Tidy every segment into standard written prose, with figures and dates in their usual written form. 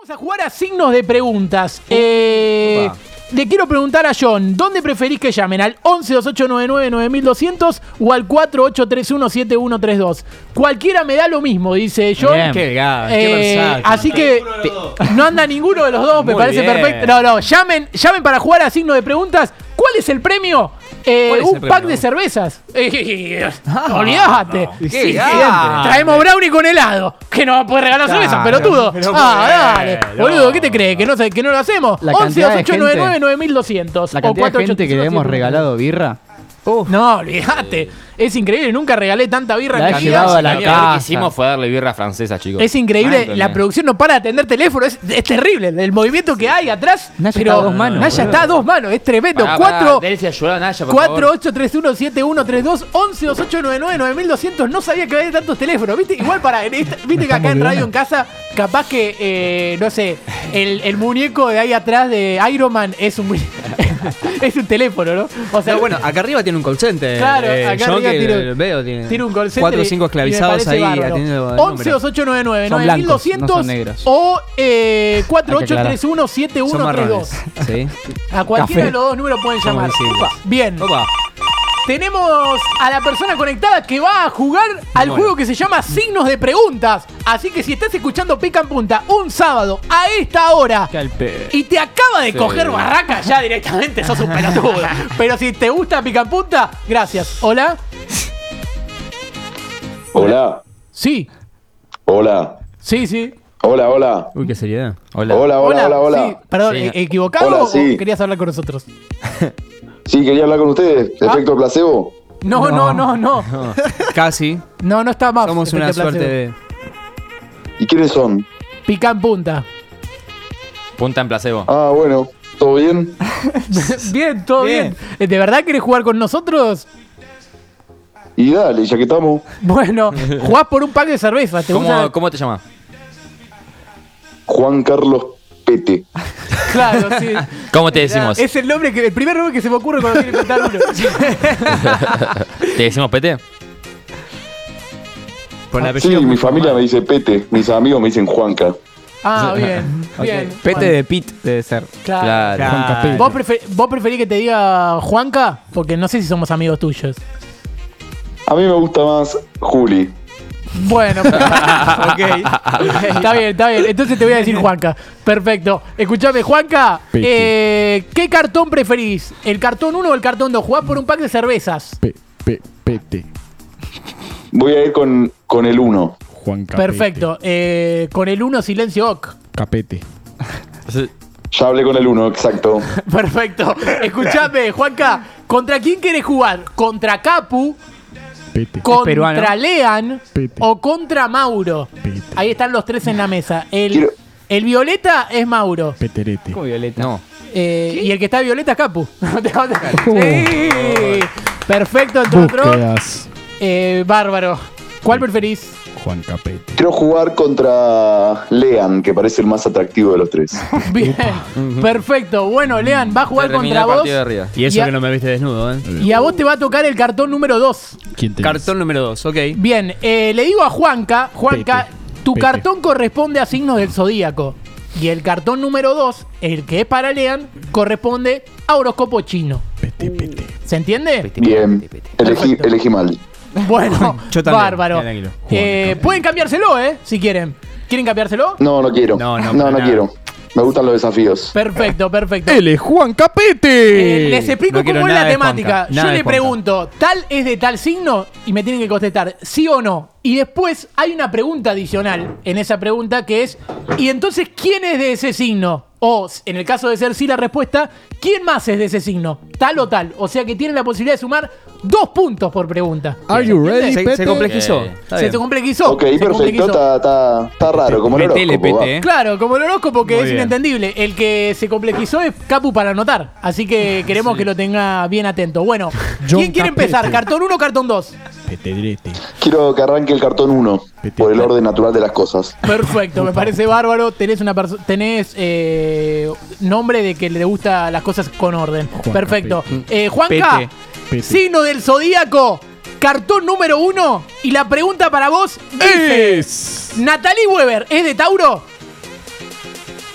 Vamos a jugar a signos de preguntas. Le quiero preguntar a John, ¿dónde preferís que llamen? ¿Al 11-2899-9200 o al 4831-7132? Cualquiera me da lo mismo, dice John. Bien. Qué versátil. Así que no anda ninguno de los dos, me parece perfecto. No, llamen para jugar a signos de preguntas. ¿Cuál es el premio? Un pack de cervezas. Olvídate. Sí, traemos brownie con helado. Que no va a poder regalar cervezas, pelotudo. Dale. Boludo, ¿qué te crees? ¿Que no lo hacemos? 11-2899-9200. La cantidad de gente que le hemos regalado birra. No, olvídate. Es increíble, nunca regalé tanta birra La en he mi llevado vida. a la Lo casa. que hicimos fue darle birra francesa, chicos. Es increíble, la producción no para de atender teléfono, es terrible. El movimiento que hay atrás. Naya está a dos manos, Naya está a dos manos, es tremendo. Delcia, ayuda a Naya, por favor. 4831-7132, 11-2899-9200. No sabía que había tantos teléfonos, ¿viste? Igual viste que acá en Radio en Casa, capaz que, no sé, el muñeco de ahí atrás de Iron Man es un es un teléfono, ¿no? O sea, No, bueno, acá arriba tiene un call center. Claro, acá yo arriba que tiene veo, un call center 4 o 5 y esclavizados me ahí parece bárbaro. atendiendo el 11-2899-9200 Son blancos, no son negros. o Hay que 4831-7132. Sí. A cualquiera Café. de los dos números pueden Somos llamar. visibles. Opa, bien. Opa. Tenemos a la persona conectada que va a jugar al juego que se llama Signos de Preguntas. Así que si estás escuchando Pica en Punta un sábado a esta hora y te acaba de coger barraca, ya directamente sos un pelotudo. Pero si te gusta Pica en Punta, gracias. ¿Hola? Hola, Sí. hola, Sí. hola. Uy, qué seriedad. Hola. Sí. Perdón, Sí. ¿equivocado Hola, o sí. querías hablar con nosotros? Sí, quería hablar con ustedes. ¿Efecto placebo? No. Casi. No está más. Somos una suerte de... ¿Y quiénes son? Pica en Punta. Punta en placebo. Ah, bueno, ¿todo bien? Bien, todo bien. ¿De verdad querés jugar con nosotros? Y dale, ya que estamos. Bueno, jugás por un pack de cervezas. ¿Te gusta? ¿Cómo te llamas? Juan Carlos Pete. Claro, sí. ¿Cómo te decimos? Es el primer nombre que se me ocurre cuando quiero contar uno. ¿Te decimos Pete? Por el Sí, apellido mi muy familia formal. me dice Pete. Mis amigos me dicen Juanca. Ah, bien. Bien. Pete de Pit debe ser. Claro. Claro. ¿Vos preferís que te diga Juanca? Porque no sé si somos amigos tuyos. A mí me gusta más Juli. Bueno, ok. Está bien. Entonces te voy a decir Juanca. Perfecto. Escuchame, Juanca. ¿Qué cartón preferís? ¿El cartón 1 o el cartón 2? Jugás por un pack de cervezas. Pete. Voy a ir con el 1. Juan Capete. Perfecto. Con el 1 silencio ok. Capete. Ya hablé con el 1, exacto. Perfecto. Escuchame, Juanca. ¿Contra quién querés jugar? ¿Contra Capu? Pete. ¿Contra peruano. Lean? Pete. ¿O contra Mauro? Pete. Ahí están los tres en la mesa. Quiero- El violeta es Mauro. Peterete. ¿Cómo violeta? No. Y el que está violeta es Capu. Sí. Perfecto, entre otros. Búsquedas. Bárbaro. ¿Cuál preferís? Juan Capete. Quiero jugar contra Lean, que parece el más atractivo de los tres. Bien. Perfecto. Bueno, Lean va a jugar Terminé contra el vos. partido de arriba. Y eso Y a- que no me viste desnudo, Y a vos te va a tocar el cartón número 2. ¿Quién te Cartón número 2, ok. Bien, le digo a Juanca, Pete. tu Pete. cartón corresponde a signos del zodíaco. Y el cartón número 2, el que es para Lean, corresponde a horóscopo chino. Pete. ¿Se entiende? Bien, Perfecto. elegí mal. Bueno, Yo también. bárbaro. Bien, tranquilo. Pueden cambiárselo, si quieren. ¿Quieren cambiárselo? No quiero. No, No para nada. quiero. Me gustan los desafíos. Perfecto. ¡Él es Juan Capete! Les explico No quiero cómo es la nada de temática. Juanca, Yo nada le de Juanca. pregunto, ¿tal es de tal signo? Y me tienen que contestar sí o no. Y después hay una pregunta adicional en esa pregunta que es, ¿y entonces quién es de ese signo? O, en el caso de ser sí la respuesta, ¿quién más es de ese signo? Tal o tal. O sea que tienen la posibilidad de sumar 2 puntos por pregunta. Are you ready, Se Pete? complejizó. Está Se bien. te complejizó. Ok, se perfecto. complejizó. Está raro, como el Metele, horóscopo. Pete, va. Claro, como el horóscopo que Muy es bien. inentendible. El que se complejizó es Capu para anotar. Así que queremos que lo tenga bien atento. Bueno, John ¿quién quiere Capete. empezar? ¿Cartón 1 o cartón 2? Peterete. Quiero que arranque el cartón 1, por el orden natural de las cosas. Perfecto, me parece bárbaro. Tenés nombre de que le gusta las cosas con orden. Juanca, Perfecto. Juanca, Pete. signo del zodíaco, cartón número 1. Y la pregunta para vos dice: Es. ¿Natalie Weber es de Tauro?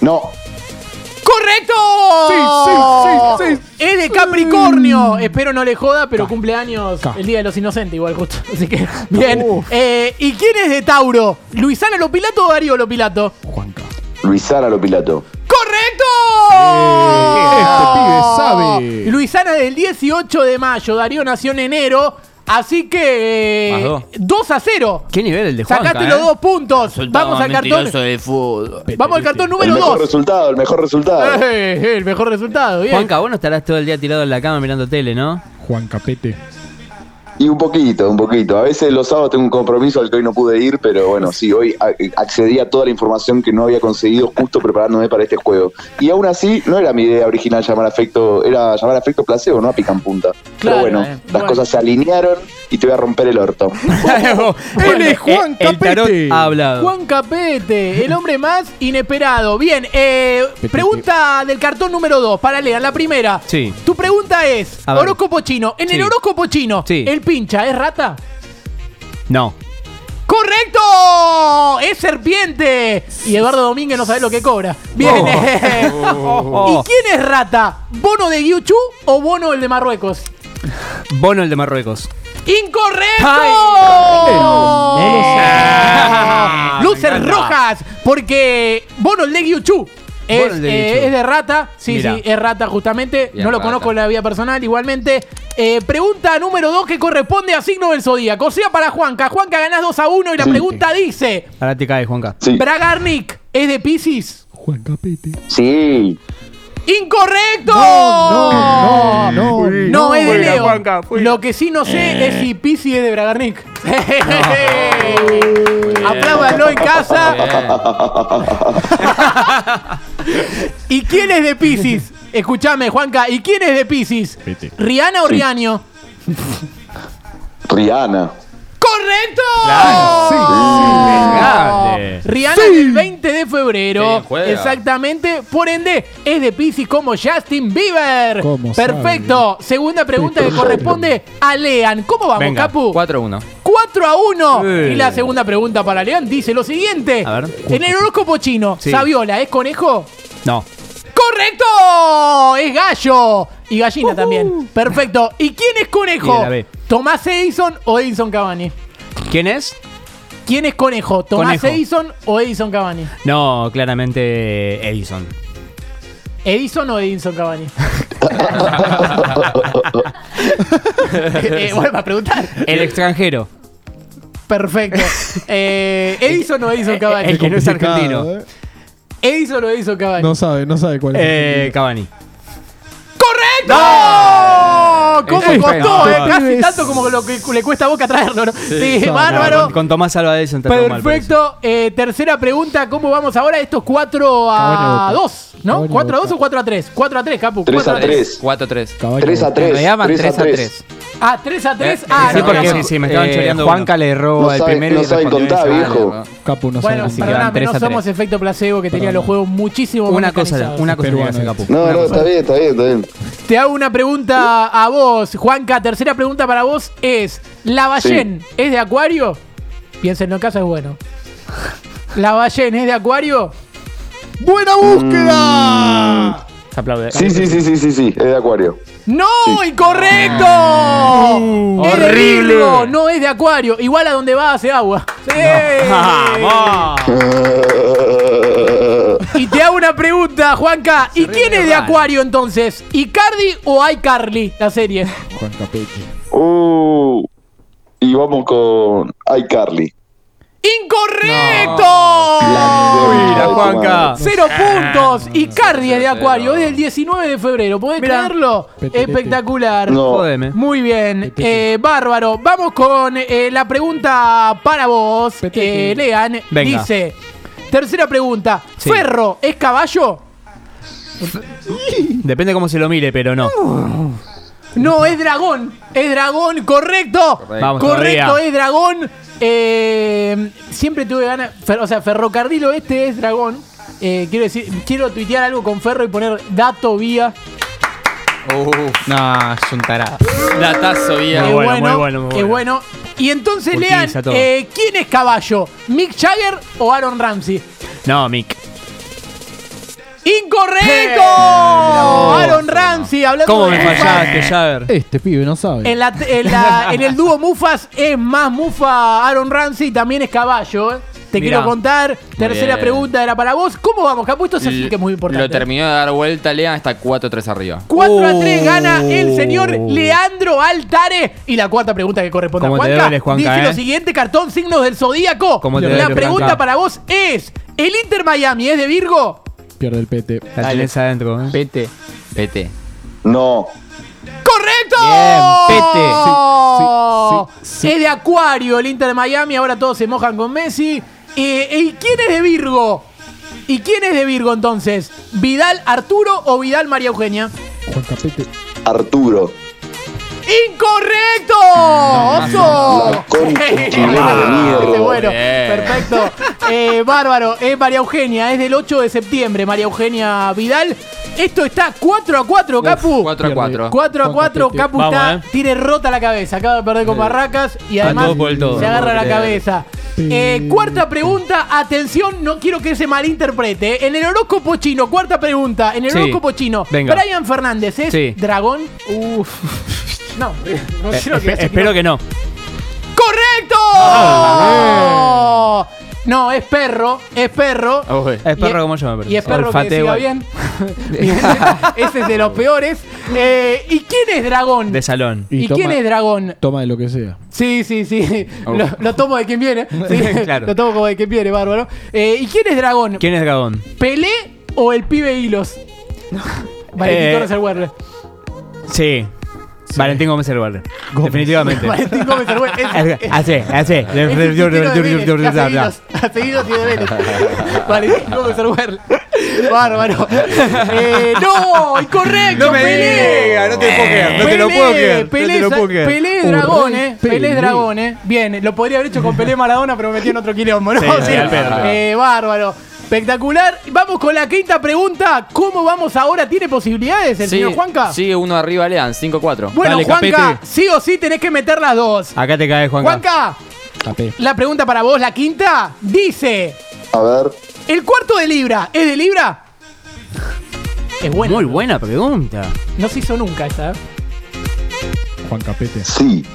No. ¡Correcto! Sí. Es de Capricornio. Espero no le joda, pero cumpleaños el Día de los Inocentes, igual justo. Así que, bien. ¿Y quién es de Tauro? ¿Luisana Lopilato o Darío Lopilato? Juanca. Luisana Lopilato. ¡Correcto! Este pibe sabe. Luisana del 18 de mayo. Darío nació en enero. Así que Más 2-0. ¿Qué nivel el de Juanca? Sacaste los 2 puntos. Vamos al cartón. de fútbol. Vamos al cartón El número mejor 2. resultado, el mejor resultado. El mejor resultado. Bien. Juanca, vos no estarás todo el día tirado en la cama mirando tele, ¿no? Juan Capete. Y un poquito. A veces los sábados tengo un compromiso al que hoy no pude ir, pero bueno, sí, hoy accedí a toda la información que no había conseguido justo preparándome para este juego. Y aún así, no era mi idea original llamar a efecto, era llamar a efecto placebo, no a pica en punta. Claro, pero bueno, las cosas se alinearon y te voy a romper el orto. Él es Juan El tarot Capete. ha hablado. Juan Capete, el hombre más inesperado. Bien, pregunta del cartón número 2 para Lean. La primera. Sí. Tu pregunta es: A ver. horóscopo chino. En Sí. el horóscopo chino, Sí. ¿el pincha es rata? No. ¡Correcto! ¡Es serpiente! Y Eduardo Domínguez no sabe lo que cobra. Bien. ¿Y quién es rata? ¿Bono de Gyuchu o Bono el de Marruecos? Bono el de Marruecos. ¡Incorrecto! Me Luces encanta. rojas, porque Bono el de Gyuchu Bono el de Gyuchu. es de rata. Sí, Mirá. sí, es rata justamente. Bien, no lo rata. conozco en la vida personal, igualmente. Pregunta número 2 que corresponde a signo del zodíaco. O sea, para Juanca. Juanca, ganás 2-1 y la Sí. pregunta dice: Ahora te caes, Juanca. Sí. ¿Bragarnik es de Piscis? Juan Capete. Sí. ¡Incorrecto! No, es de Leo. Juanca, fuera. Lo que sí no sé es si Piscis es de Bragarnik. Apláudanlo en casa. ¿Y quién es de Piscis? Escuchame, Juanca. ¿Y quién es de Piscis? Vete. ¿Rihanna o Sí. Riaño? Rihanna. ¡Correcto! Grande. Rihanna el 20 de febrero. Qué bien juega. Exactamente. Por ende, es de Piscis como Justin Bieber. ¿Cómo Perfecto. Segunda pregunta que corresponde a Lean. ¿Cómo vamos, Venga, Capu? 4-1. 4-1. Sí. Y la segunda pregunta para Lean dice lo siguiente. A ver. En el horóscopo chino, Sí. ¿Saviola es conejo? No. ¡Correcto! Es gallo. Y gallina también. Perfecto. ¿Y quién es Y conejo? de la B. ¿Tomás Edison o Edison Cavani? ¿Quién es? ¿Quién es conejo? ¿Tomás Conejo. Edison o Edison Cavani? No, claramente Edison. ¿Edison o Edison Cavani? Bueno, para preguntar. El extranjero. Perfecto. ¿Edison o Edison Cavani? El que no es Complicado, argentino. ¿Edison o Edison Cavani? No sabe cuál es. Cavani. ¡Correcto! ¿Cómo Sí, costó? no. Casi tanto como lo que le cuesta a Boca traerlo, ¿no? Sí, No, bárbaro. Con Tomás Alva Edison está todo mal por eso. Perfecto. Tercera pregunta, ¿cómo vamos ahora? Esto es 4-2, ¿no? Cavani a ¿4-2 o 4-3? 4-3, Capu. 3-3. 4-3. 3-3. En realidad van 3-3. Ah, 3-3. Sí, No, porque no. sí, me estaban choreando Juanca le erró No el sabe- primero no y sabe respondió contar, ese. viejo. Capu no Bueno, sabe. que van perdóname, 3 no a 3. somos efecto placebo, que tenía los juegos muchísimo más Una cosa mecanizados. tenía que hacer, Peruano. Capu. No, Una no, cosa. está bien. Te hago una pregunta a vos, Juanca. Tercera pregunta para vos es: ¿la Ballén es de Acuario? Piénsenlo en casa, es bueno. ¿La Ballén es de Acuario? ¡Buena búsqueda! Se aplaude. Sí, es de Acuario. ¡No! ¡Incorrecto! Es de horrible. Virgo, no es de Acuario. Igual a donde va hace agua. ¡Sí! ¡Vamos! Y te hago una pregunta, Juanca. ¿Y quién es de rival. Acuario entonces? ¿Icardi o iCarly, la serie? Juan Capete. Y vamos con iCarly. ¡Incorrecto! Mira, Juanca. 0 puntos. Icardi es de Acuario. Es del 19 de febrero. ¿Podés creerlo? Pete. Espectacular. No. Jódeme. Muy bien. Bárbaro. Vamos con la pregunta para vos, Pete. Lean. Venga. Dice, tercera pregunta. Sí. ¿Ferro es caballo? Depende cómo se lo mire, pero no. No, es dragón. Es dragón, correcto. Vamos Correcto, todavía. es dragón. Siempre tuve ganas. O sea, Ferrocarril Oeste es dragón. Quiero tuitear algo con Ferro y poner dato vía. No, es un tarado. Datazo, vía. Muy bueno, muy bueno, muy Es bueno. bueno. Y entonces lean, Utiliza todo. ¿quién es caballo? ¿Mick Jagger o Aaron Ramsey? No, Mick. ¡Incorrecto! Aaron Ramsey, hablando ¿Cómo de me Mufas. fallaste, Jagger? Este pibe no sabe. En el dúo Mufas es más Mufa Aaron Ramsey, también es caballo. Te Mirá. quiero contar. Tercera bien. pregunta era para vos. ¿Cómo vamos, Capu? Esto es así que es muy importante. Lo terminó de dar vuelta, Lean, hasta 4-3 arriba. 4-3 gana el señor Leandro Altare. Y la cuarta pregunta que corresponde a Como te Juanca, duele, Juanca, dice lo ¿eh? siguiente: cartón, signos del zodíaco. Como te La duele, pregunta Juanca. para vos es: ¿el Inter Miami es de Virgo? Pierde el PT. La tenés adentro, ¿eh? Pete. PT. No. ¡Correcto! Bien, Pete. Sí. Es de Acuario el Inter de Miami. Ahora todos se mojan con Messi. ¿Y quién es de Virgo? ¿Y quién es de Virgo entonces? ¿Vidal Arturo o Vidal María Eugenia? Juan Capete. Arturo. ¡Incorrecto! ¡Oso! La concha chilena de mierda. Ese bueno, Bien. perfecto. Bárbaro, es María Eugenia, es del 8 de septiembre, María Eugenia Vidal. Esto está 4-4, Capu. 4-4. 4-4, Capu Vamos, está, tiene rota la cabeza, acaba de perder con Barracas y además todo por el todo. se agarra la Bien. cabeza. Cuarta pregunta, atención, no quiero que se malinterprete. En el horóscopo chino, cuarta pregunta, en el Sí. horóscopo chino, Venga. Brian Fernández es Sí. dragón. No, no quiero que Espero que no. ¡Correcto! No, es perro, es perro. Uy. Es perro como yo, me parece. Y es perro que Olfateo siga igual. bien. Ese es de los peores. ¿Y quién es dragón? De salón. ¿Y toma- quién es dragón? Toma de lo que sea. Sí. Lo tomo de quien viene. Sí, Claro. Lo tomo como de quien viene, bárbaro. ¿Y quién es dragón? ¿Quién es dragón? ¿Pelé o el pibe Hilos? Valentín Gómez Herguerre. Sí. Valentín Gómez Herguerre. Definitivamente. Valentín Gómez Herguerre. Así. Es el chileno de Vélez, hace seguidos tiene Vélez. Valentín Gómez Herguerre. Bárbaro. No, incorrecto. No me Pelé. digas, no te lo puedo creer, no te lo puedo creer, Pelé, no te lo puedo creer. Pelé es dragón, Pelé. Pelé es dragón, Bien, lo podría haber hecho con Pelé Maradona, pero me metí en otro quilombo, ¿no? Sí, al pedo. Bárbaro. Espectacular. Vamos con la quinta pregunta. ¿Cómo vamos ahora? ¿Tiene posibilidades el señor Juanca? Sigue uno arriba, Lean, 5-4. Bueno, Dale, Juanca, Capete. sí o sí tenés que meter las dos. Acá te caes, Juanca. Juanca, Capé. la pregunta para vos, la quinta, dice: A ver. ¿el cuarto de libra es de libra? Es bueno. Muy buena pregunta. No se hizo nunca esa, ¿eh? Juan Capete. Sí.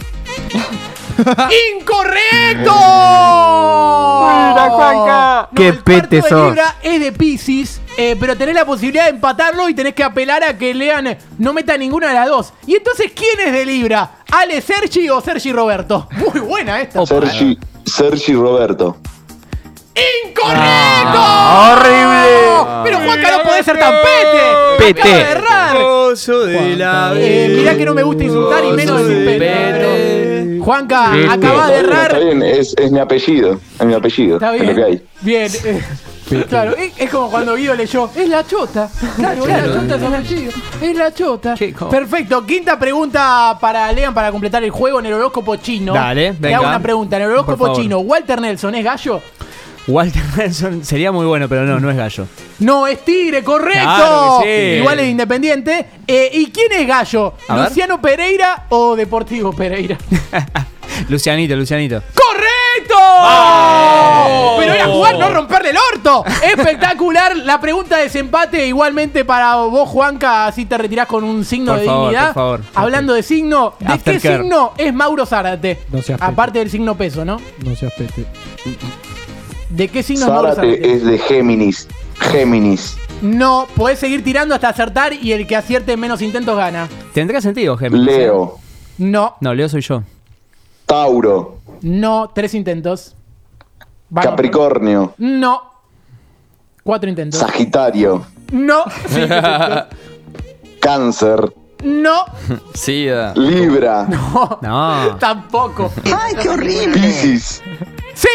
¡Incorrecto! Mira, Juanca. Qué el pete cuarto de sos. libra es de Piscis, pero tenés la posibilidad de empatarlo y tenés que apelar a que Lean no meta ninguna de las dos. Y entonces, ¿quién es de libra? ¿Ale Sergi o Sergi Roberto? Muy buena esta. Sergi Roberto. ¡Incorrecto! ¡Horrible! Pero Juanca no podés ser tan pete. Pete. Acaba de errar. Oso de la Mirá que no me gusta insultar y menos decir pete. pero- Juanca, acaba de errar. Está bien, es mi apellido. Es mi apellido. Está Es lo que bien. hay. Bien. Claro, es como cuando Guido leyó. Es la chota. Claro, es la chota, es el apellido. Es la chota. Chico. Perfecto. Quinta pregunta para Lean para completar el juego en el horóscopo chino. Dale, Te venga. hago una pregunta. En el horóscopo Por favor. chino, ¿Walter Nelson es gallo? Walter Nelson sería muy bueno, pero no es gallo. No, es tigre, correcto. Claro que sí. Igual es independiente. ¿Y quién es gallo? A ver. ¿Luciano Pereira o Deportivo Pereira? Lucianito. ¡Correcto! Pero era jugar, no romperle el orto. Espectacular. La pregunta de desempate igualmente para vos, Juanca. Así te retirás con un signo Por de favor, dignidad. por favor. Hablando de signo, ¿de qué Aftercare. signo es Mauro Zárate? No seas pete. Aparte del signo peso, ¿no? No seas pete. ¿De qué signo es Mauro Zárate? Zárate es de Géminis. Géminis. No, podés seguir tirando hasta acertar y el que acierte en menos intentos gana. Tendrá sentido, Géminis. ¿eh? Leo. No, No, Leo soy yo. Tauro. no, 3 intentos. Vamos. Capricornio. No. 4 intentos. Sagitario. No. 5 intentos. Cáncer. No. Sida. Libra. No. Tampoco. Piscis. ¡Sí!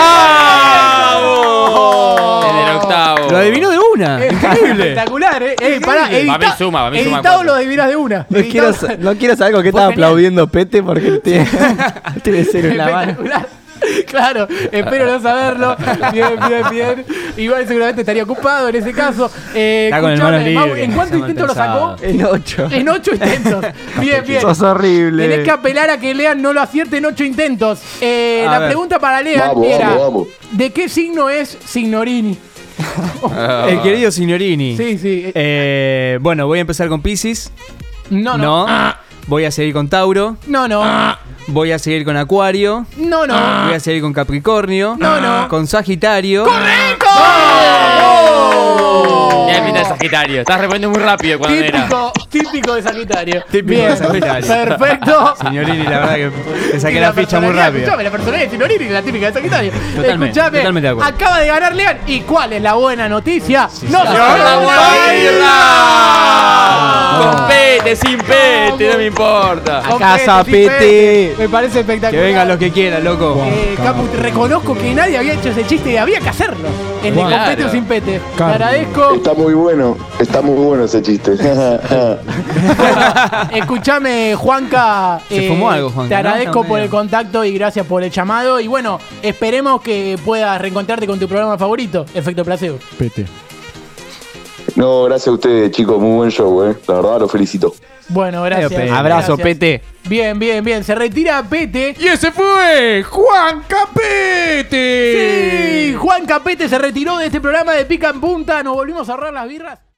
En el octavo. Lo adivinó de una. Increíble. Espectacular, ¿eh? Pará, Para mí suma editado 4. lo adivinás de una. No quiero saber con qué estaba aplaudiendo Pete porque tiene cero en la mano. Espectacular. Claro, espero no saberlo. Bien. Igual seguramente estaría ocupado en ese caso. Está con el Escuchame, mano Mau, libre. ¿en cuántos Está intentos lo sacó? pensado. En 8. En 8 intentos. Bien. Sos horrible. Tenés que apelar a que Lean no lo acierte en 8 intentos. La ver. pregunta para Lean Vamos, era: vamos. ¿de qué signo es Signorini? El querido Signorini. Sí, sí. Bueno, voy a empezar con Piscis. No, no. No. Voy a seguir con Tauro. No, no. Voy a seguir con Acuario. No, no. Voy a seguir con Capricornio. No, no. Con Sagitario. ¡Correcto! Ya empieza el Sagitario. Estás respondiendo muy rápido cuando era. Típico de Sagitario. Típico Bien, de Sagitario. Perfecto. Signorini, la verdad que le saqué Y la ficha muy personalidad, rápido. Escuchame, la personalidad de Signorini, la típica de Sagitario. Totalmente, Escuchame, totalmente de acuerdo. acaba de ganar Lean. ¿Y cuál es la buena noticia? ¡No se ¡Vamos, la Con pete, sin pete, no me importa. A casa, Pete. Me parece espectacular. Que vengan los que quieran, loco. Capu, te reconozco que nadie había hecho ese chiste y había que hacerlo. El de con Claro. pete o sin pete. Te Claro. agradezco. Está muy bueno ese chiste. Escuchame, Juanca. Se fumó algo, Juanca, Te ¿no? agradezco Está por el medio- contacto y gracias por el llamado. Y bueno, esperemos que puedas reencontrarte con tu programa favorito, Efecto Placebo. Pete. No, gracias a ustedes, chicos. Muy buen show, La verdad, los felicito. Bueno, gracias. Pete. Abrazo, Gracias. Pete. Bien, bien, bien. Se retira Pete. Y ese fue Juan Capete. Sí, Juan Capete se retiró de este programa de Pica en Punta. Nos volvimos a ahorrar las birras.